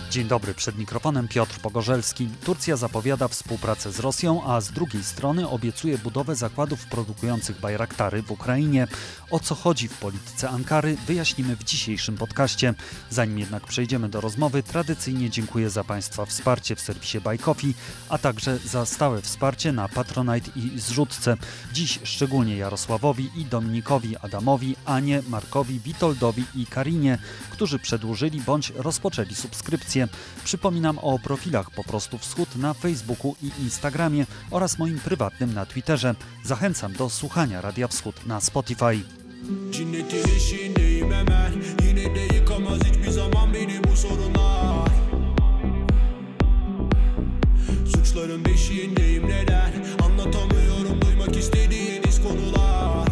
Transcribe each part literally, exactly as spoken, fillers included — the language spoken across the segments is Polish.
Dzień dobry, przed mikrofonem Piotr Pogorzelski. Turcja zapowiada współpracę z Rosją, a z drugiej strony obiecuje budowę zakładów produkujących Bajraktary w Ukrainie. O co chodzi w polityce Ankary, wyjaśnimy w dzisiejszym podcaście. Zanim jednak przejdziemy do rozmowy, tradycyjnie dziękuję za Państwa wsparcie w serwisie Buy Coffee, a także za stałe wsparcie na Patronite i Zrzutce. Dziś szczególnie Jarosławowi i Dominikowi Adamowi, Anie, Markowi, Witoldowi i Karinie, którzy przedłużyli bądź rozpoczęli subskrypcję. Przypominam o profilach Po prostu Wschód na Facebooku i Instagramie oraz moim prywatnym na Twitterze. Zachęcam do słuchania Radia Wschód na Spotify. Suçların beşiğindeyim neden anlatamıyorum duymak istediğiniz konular.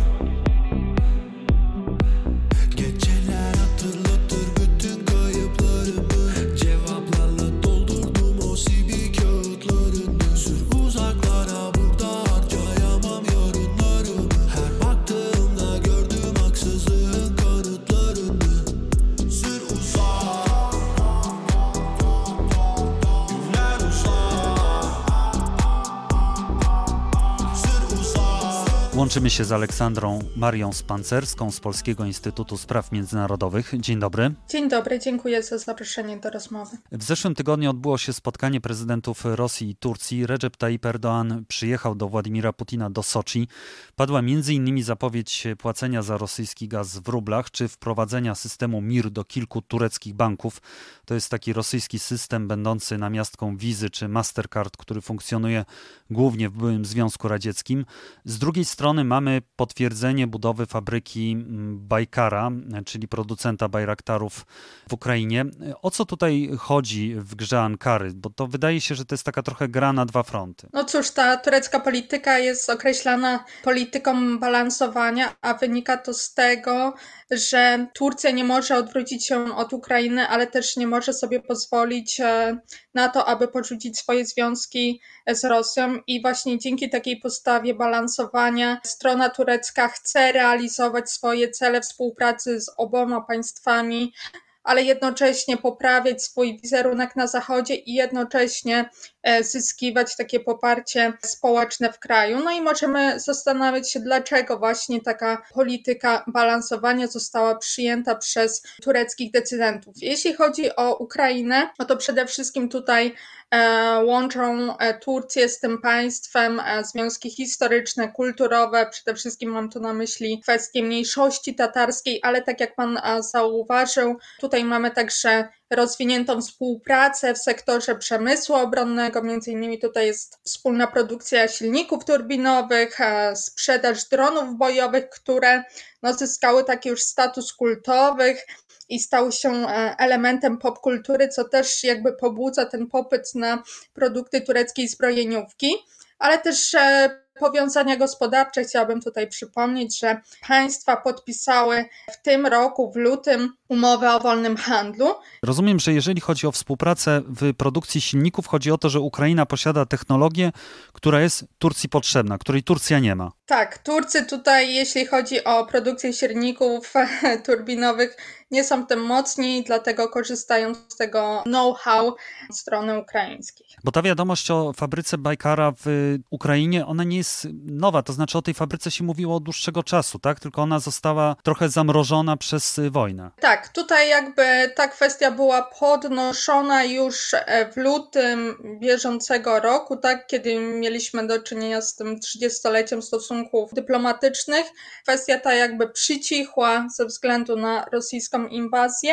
Geceler hatırlatır bütün kayıplarımı, cevaplarla doldurdum o C V kağıtlarını. Sür uzaklara, burada harcayamam yarınlarımı. Her baktığımda gördüm haksızlığın kanıtlarını. Sür uzak, günler uzak. Łączymy się z Aleksandrą Marią Spancerską z Polskiego Instytutu Spraw Międzynarodowych. Dzień dobry. Dzień dobry, dziękuję za zaproszenie do rozmowy. W zeszłym tygodniu odbyło się spotkanie prezydentów Rosji i Turcji. Recep Tayyip Erdoğan przyjechał do Władimira Putina do Soczi. Padła między innymi zapowiedź płacenia za rosyjski gaz w rublach, czy wprowadzenia systemu Mir do kilku tureckich banków. To jest taki rosyjski system będący namiastką Wizy czy Mastercard, który funkcjonuje głównie w byłym Związku Radzieckim. Z drugiej strony mamy potwierdzenie budowy fabryki Bajkara, czyli producenta Bajraktarów w Ukrainie. O co tutaj chodzi w grze Ankary? Bo to wydaje się, że to jest taka trochę gra na dwa fronty. No cóż, ta turecka polityka jest określana polityką balansowania, a wynika to z tego, że Turcja nie może odwrócić się od Ukrainy, ale też nie może sobie pozwolić na to, aby porzucić swoje związki z Rosją i właśnie dzięki takiej postawie balansowania strona turecka chce realizować swoje cele współpracy z oboma państwami, ale jednocześnie poprawiać swój wizerunek na Zachodzie i jednocześnie zyskiwać takie poparcie społeczne w kraju. No i możemy zastanawiać się, dlaczego właśnie taka polityka balansowania została przyjęta przez tureckich decydentów. Jeśli chodzi o Ukrainę, no to przede wszystkim tutaj e, łączą Turcję z tym państwem e, związki historyczne, kulturowe. Przede wszystkim mam tu na myśli kwestię mniejszości tatarskiej, ale tak jak pan e, zauważył, tutaj mamy także rozwiniętą współpracę w sektorze przemysłu obronnego, między innymi tutaj jest wspólna produkcja silników turbinowych, sprzedaż dronów bojowych, które no, zyskały taki już status kultowych i stały się elementem popkultury, co też jakby pobudza ten popyt na produkty tureckiej zbrojeniówki, ale też powiązania gospodarcze. Chciałabym tutaj przypomnieć, że państwa podpisały w tym roku, w lutym, umowę o wolnym handlu. Rozumiem, że jeżeli chodzi o współpracę w produkcji silników, chodzi o to, że Ukraina posiada technologię, która jest Turcji potrzebna, której Turcja nie ma. Tak, Turcy tutaj, jeśli chodzi o produkcję silników turbinowych, nie są w tym mocni, dlatego korzystają z tego know-how strony ukraińskiej. Bo ta wiadomość o fabryce Bajkara w Ukrainie, ona nie jest nowa, to znaczy o tej fabryce się mówiło od dłuższego czasu, tak? Tylko ona została trochę zamrożona przez wojnę. Tak, tutaj jakby ta kwestia była podnoszona już w lutym bieżącego roku, tak? Kiedy mieliśmy do czynienia z tym trzydziestoleciem stosunków dyplomatycznych. Kwestia ta jakby przycichła ze względu na rosyjską inwazję,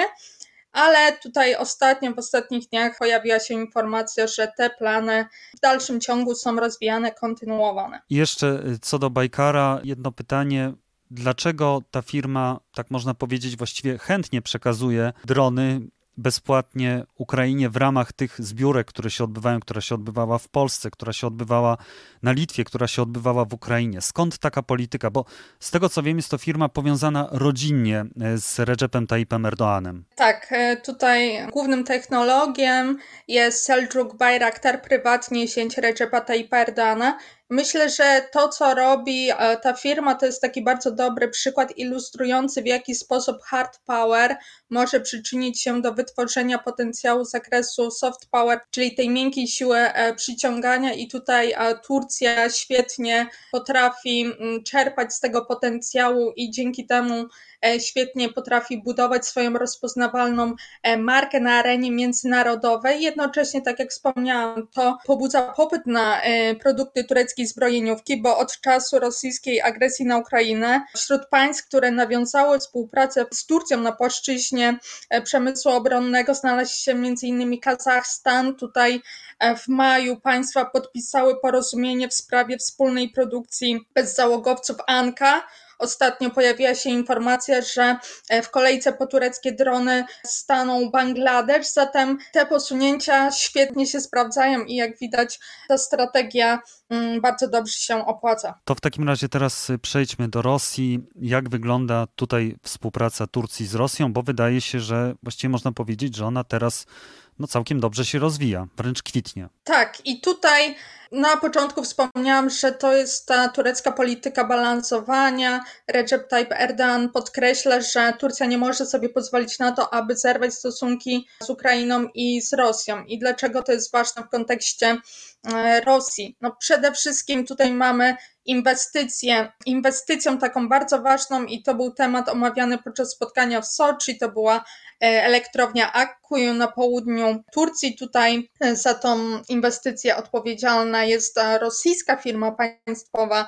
ale tutaj ostatnio, w ostatnich dniach pojawiła się informacja, że te plany w dalszym ciągu są rozwijane, kontynuowane. I jeszcze co do Bajkara, jedno pytanie. Dlaczego ta firma, tak można powiedzieć, właściwie chętnie przekazuje drony bezpłatnie Ukrainie w ramach tych zbiórek, które się odbywają, która się odbywała w Polsce, która się odbywała na Litwie, która się odbywała w Ukrainie. Skąd taka polityka? Bo z tego co wiem, jest to firma powiązana rodzinnie z Recepem Tayyipem Erdoğanem. Tak, tutaj głównym technologiem jest Seljuk Bayraktar, prywatnie zięć Recepa Tayyipa Erdoğana Myślę, że to, co robi e, ta firma, to jest taki bardzo dobry przykład ilustrujący, w jaki sposób hard power może przyczynić się do wytworzenia potencjału z zakresu soft power, czyli tej miękkiej siły e, przyciągania, i tutaj e, Turcja świetnie potrafi m, czerpać z tego potencjału i dzięki temu e, świetnie potrafi budować swoją rozpoznawalną e, markę na arenie międzynarodowej. Jednocześnie, tak jak wspomniałam, to pobudza popyt na e, produkty tureckiej zbrojeniówki, bo od czasu rosyjskiej agresji na Ukrainę wśród państw, które nawiązały współpracę z Turcją na płaszczyźnie e, przemysłu obronnego, znalazł się między innymi Kazachstan. Tutaj e, w maju państwa podpisały porozumienie w sprawie wspólnej produkcji bezzałogowców Anka. Ostatnio pojawiła się informacja, że w kolejce po tureckie drony stanął Bangladesz, zatem te posunięcia świetnie się sprawdzają i jak widać, ta strategia bardzo dobrze się opłaca. To w takim razie teraz przejdźmy do Rosji. Jak wygląda tutaj współpraca Turcji z Rosją? Bo wydaje się, że właściwie można powiedzieć, że ona teraz no całkiem dobrze się rozwija, wręcz kwitnie. Tak, i tutaj na początku wspomniałam, że to jest ta turecka polityka balansowania. Recep Tayyip Erdoğan podkreśla, że Turcja nie może sobie pozwolić na to, aby zerwać stosunki z Ukrainą i z Rosją. I dlaczego to jest ważne w kontekście Rosji? No przede wszystkim tutaj mamy inwestycje. Inwestycją taką bardzo ważną, i to był temat omawiany podczas spotkania w Soczi, to była elektrownia Akkuyu na południu Turcji. Tutaj za tą inwestycję odpowiedzialna jest rosyjska firma państwowa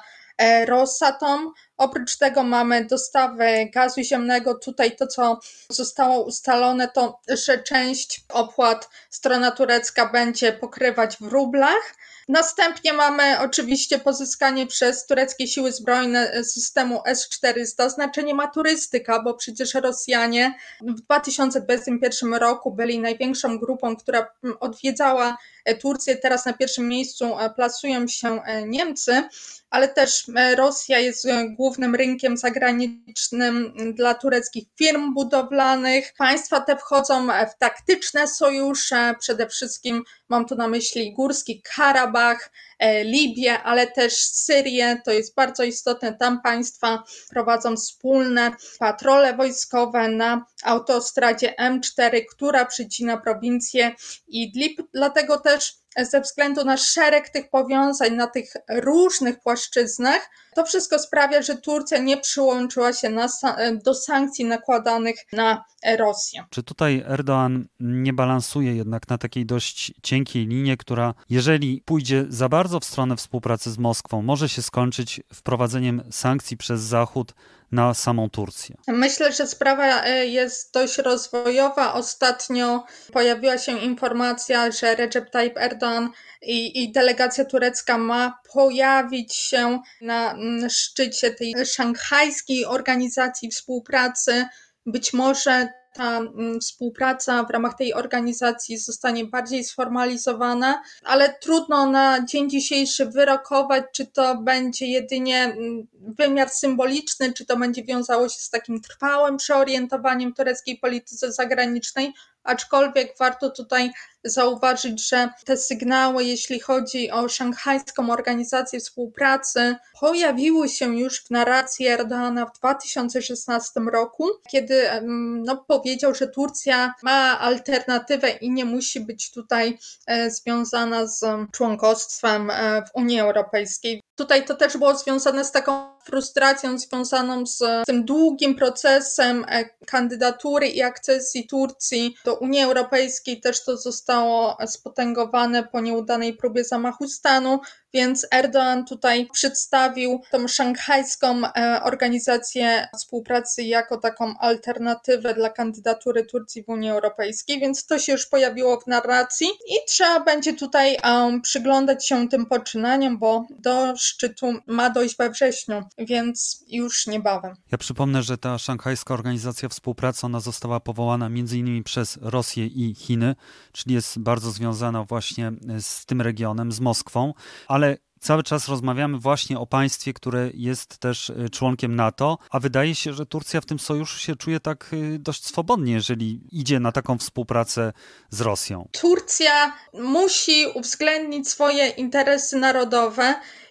Rosatom. Oprócz tego mamy dostawę gazu ziemnego. Tutaj to, co zostało ustalone, to że część opłat strona turecka będzie pokrywać w rublach. Następnie mamy oczywiście pozyskanie przez tureckie siły zbrojne systemu S czterysta. Znaczenie ma turystyka, bo przecież Rosjanie w dwa tysiące dwudziestym pierwszym roku byli największą grupą, która odwiedzała Turcję. Teraz na pierwszym miejscu plasują się Niemcy, ale też Rosja jest głównym rynkiem zagranicznym dla tureckich firm budowlanych. Państwa te wchodzą w taktyczne sojusze, przede wszystkim mam tu na myśli Górski Karabach, Libię, ale też Syrię. To jest bardzo istotne. Tam państwa prowadzą wspólne patrole wojskowe na autostradzie M cztery, która przecina prowincję Idlib. Dlatego też ze względu na szereg tych powiązań na tych różnych płaszczyznach, to wszystko sprawia, że Turcja nie przyłączyła się na, do sankcji nakładanych na Rosję. Czy tutaj Erdoğan nie balansuje jednak na takiej dość cienkiej linie, która jeżeli pójdzie za bardzo w stronę współpracy z Moskwą, może się skończyć wprowadzeniem sankcji przez Zachód na samą Turcję? Myślę, że sprawa jest dość rozwojowa. Ostatnio pojawiła się informacja, że Recep Tayyip Erdoğan i, i delegacja turecka ma pojawić się na szczycie tej szanghajskiej organizacji współpracy. Być może ta współpraca w ramach tej organizacji zostanie bardziej sformalizowana, ale trudno na dzień dzisiejszy wyrokować, czy to będzie jedynie wymiar symboliczny, czy to będzie wiązało się z takim trwałym przeorientowaniem tureckiej polityce zagranicznej, aczkolwiek warto tutaj zauważyć, że te sygnały, jeśli chodzi o szanghajską organizację współpracy, pojawiły się już w narracji Erdoğana w dwa tysiące szesnastym roku, kiedy no, powiedział, że Turcja ma alternatywę i nie musi być tutaj e, związana z członkostwem e, w Unii Europejskiej. Tutaj to też było związane z taką frustracją związaną z tym długim procesem kandydatury i akcesji Turcji do Unii Europejskiej. Też to zostało spotęgowane po nieudanej próbie zamachu stanu, więc Erdoğan tutaj przedstawił tą szanghajską organizację współpracy jako taką alternatywę dla kandydatury Turcji w Unii Europejskiej, więc to się już pojawiło w narracji i trzeba będzie tutaj um, przyglądać się tym poczynaniom, bo do szczytu ma dojść we wrześniu, więc już niebawem. Ja przypomnę, że ta szanghajska organizacja współpracy, ona została powołana między innymi przez Rosję i Chiny, czyli jest bardzo związana właśnie z tym regionem, z Moskwą, ale cały czas rozmawiamy właśnie o państwie, które jest też członkiem NATO, a wydaje się, że Turcja w tym sojuszu się czuje tak dość swobodnie, jeżeli idzie na taką współpracę z Rosją. Turcja musi uwzględnić swoje interesy narodowe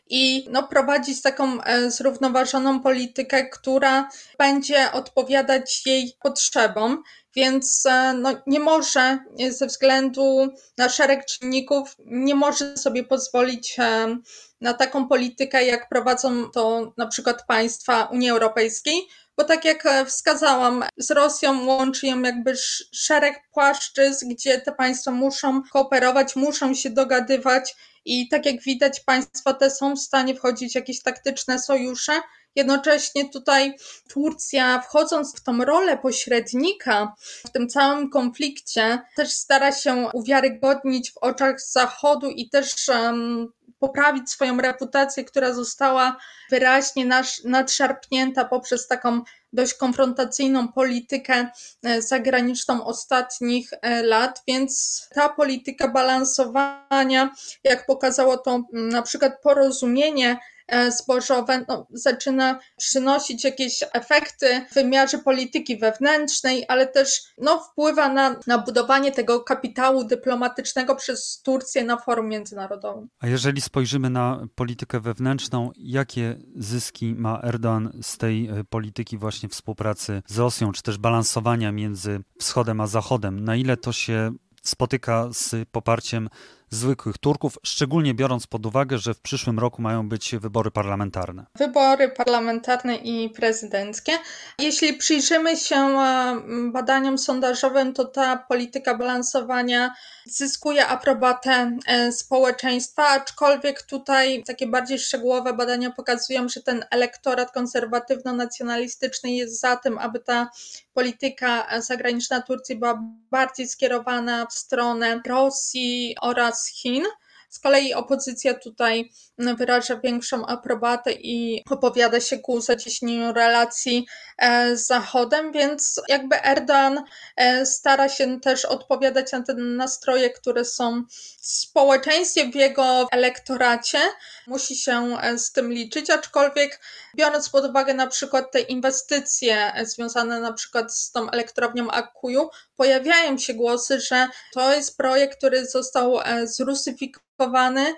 i no, prowadzić taką e, zrównoważoną politykę, która będzie odpowiadać jej potrzebom. Więc e, no, nie może e, ze względu na szereg czynników, nie może sobie pozwolić e, na taką politykę, jak prowadzą to na przykład państwa Unii Europejskiej, bo tak jak e, wskazałam, z Rosją łączy ją jakby sz- szereg płaszczyzn, gdzie te państwa muszą kooperować, muszą się dogadywać i tak jak widać, państwa te są w stanie wchodzić w jakieś taktyczne sojusze. Jednocześnie tutaj Turcja, wchodząc w tą rolę pośrednika w tym całym konflikcie, też stara się uwiarygodnić w oczach Zachodu i też um, poprawić swoją reputację, która została wyraźnie nasz, nadszarpnięta poprzez taką dość konfrontacyjną politykę e, zagraniczną ostatnich e, lat, więc ta polityka balansowania, jak pokazało to m, na przykład porozumienie e, zbożowe, no, zaczyna przynosić jakieś efekty w wymiarze polityki wewnętrznej, ale też no, wpływa na, na budowanie tego kapitału dyplomatycznego przez Turcję na forum międzynarodowym. A jeżeli spojrzymy na politykę wewnętrzną, jakie zyski ma Erdoğan z tej e, polityki właśnie współpracy z Rosją, czy też balansowania między Wschodem a Zachodem? Na ile to się spotyka z poparciem zwykłych Turków, szczególnie biorąc pod uwagę, że w przyszłym roku mają być wybory parlamentarne? Wybory parlamentarne i prezydenckie. Jeśli przyjrzymy się e, badaniom sondażowym, to ta polityka balansowania zyskuje aprobatę e, społeczeństwa, aczkolwiek tutaj takie bardziej szczegółowe badania pokazują, że ten elektorat konserwatywno-nacjonalistyczny jest za tym, aby ta polityka zagraniczna Turcji była bardziej skierowana w stronę Rosji oraz Chin. Z kolei opozycja tutaj wyraża większą aprobatę i opowiada się ku zacieśnieniu relacji z Zachodem, więc jakby Erdoğan stara się też odpowiadać na te nastroje, które są w społeczeństwie, w jego elektoracie. Musi się z tym liczyć, aczkolwiek biorąc pod uwagę na przykład te inwestycje związane na przykład z tą elektrownią Akkuyu, pojawiają się głosy, że to jest projekt, który został zrusyfikowany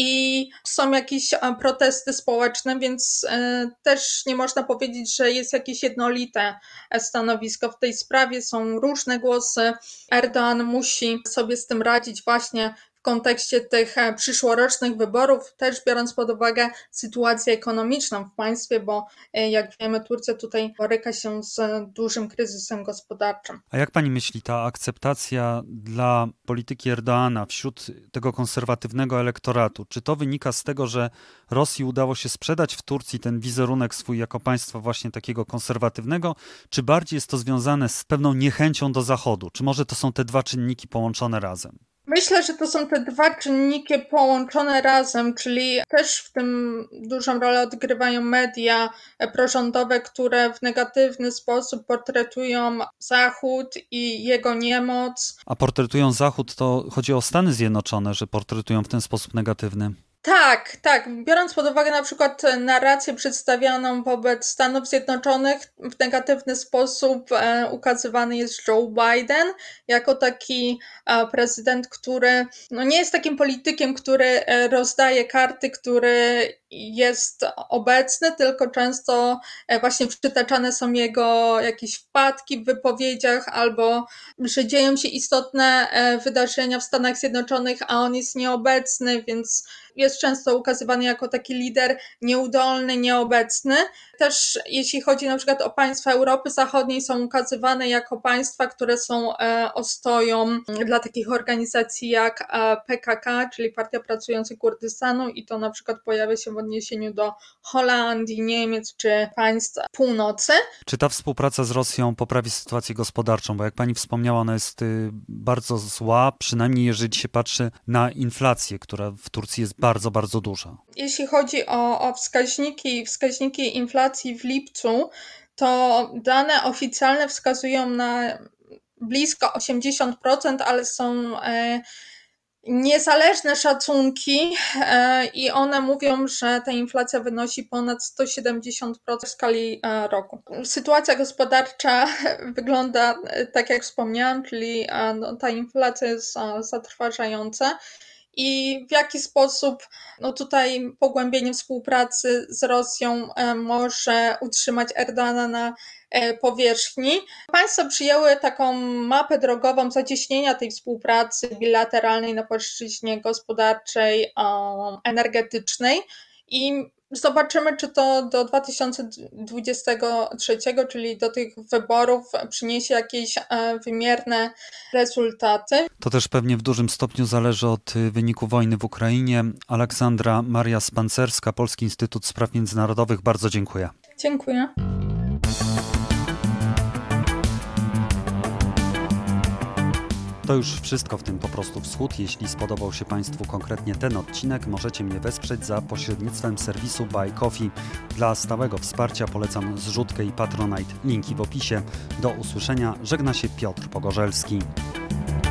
i są jakieś protesty społeczne, więc też nie można powiedzieć, że jest jakieś jednolite stanowisko w tej sprawie. Są różne głosy. Erdoğan musi sobie z tym radzić właśnie w kontekście tych przyszłorocznych wyborów, też biorąc pod uwagę sytuację ekonomiczną w państwie, bo jak wiemy, Turcja tutaj boryka się z dużym kryzysem gospodarczym. A jak pani myśli, ta akceptacja dla polityki Erdoğana wśród tego konserwatywnego elektoratu, czy to wynika z tego, że Rosji udało się sprzedać w Turcji ten wizerunek swój jako państwa właśnie takiego konserwatywnego, czy bardziej jest to związane z pewną niechęcią do Zachodu? Czy może to są te dwa czynniki połączone razem? Myślę, że to są te dwa czynniki połączone razem, czyli też w tym dużą rolę odgrywają media prorządowe, które w negatywny sposób portretują Zachód i jego niemoc. A portretują Zachód, to chodzi o Stany Zjednoczone, że portretują w ten sposób negatywny. Tak, tak. Biorąc pod uwagę na przykład narrację przedstawianą wobec Stanów Zjednoczonych, w negatywny sposób e, ukazywany jest Joe Biden jako taki e, prezydent, który no, nie jest takim politykiem, który e, rozdaje karty, który jest obecny, tylko często e, właśnie przytaczane są jego jakieś wpadki w wypowiedziach albo że dzieją się istotne e, wydarzenia w Stanach Zjednoczonych, a on jest nieobecny, więc jest często ukazywany jako taki lider nieudolny, nieobecny. Też jeśli chodzi na przykład o państwa Europy Zachodniej, są ukazywane jako państwa, które są e, ostoją dla takich organizacji jak e, P K K, czyli Partia Pracujących Kurdystanu, i to na przykład pojawia się w odniesieniu do Holandii, Niemiec czy państw północy. Czy ta współpraca z Rosją poprawi sytuację gospodarczą? Bo jak pani wspomniała, ona jest y, bardzo zła, przynajmniej jeżeli się patrzy na inflację, która w Turcji jest bardzo, bardzo duża. Jeśli chodzi o, o wskaźniki, wskaźniki inflacji w lipcu, to dane oficjalne wskazują na blisko osiemdziesiąt procent, ale są e, niezależne szacunki e, i one mówią, że ta inflacja wynosi ponad sto siedemdziesiąt procent w skali e, roku. Sytuacja gospodarcza wygląda tak, jak wspomniałam, czyli e, no, ta inflacja jest e, zatrważająca. i w jaki sposób no tutaj pogłębienie współpracy z Rosją może utrzymać Erdogana na powierzchni. Państwa przyjęły taką mapę drogową zacieśnienia tej współpracy bilateralnej na płaszczyźnie gospodarczej, energetycznej i zobaczymy, czy to do dwa tysiące dwudziestego trzeciego, czyli do tych wyborów, przyniesie jakieś wymierne rezultaty. To też pewnie w dużym stopniu zależy od wyniku wojny w Ukrainie. Aleksandra Maria-Spancerska, Polski Instytut Spraw Międzynarodowych. Bardzo dziękuję. Dziękuję. To już wszystko w tym Po prostu Wschód. Jeśli spodobał się Państwu konkretnie ten odcinek, możecie mnie wesprzeć za pośrednictwem serwisu Buy Coffee. Dla stałego wsparcia polecam zrzutkę i Patronite. Linki w opisie. Do usłyszenia. Żegna się Piotr Pogorzelski.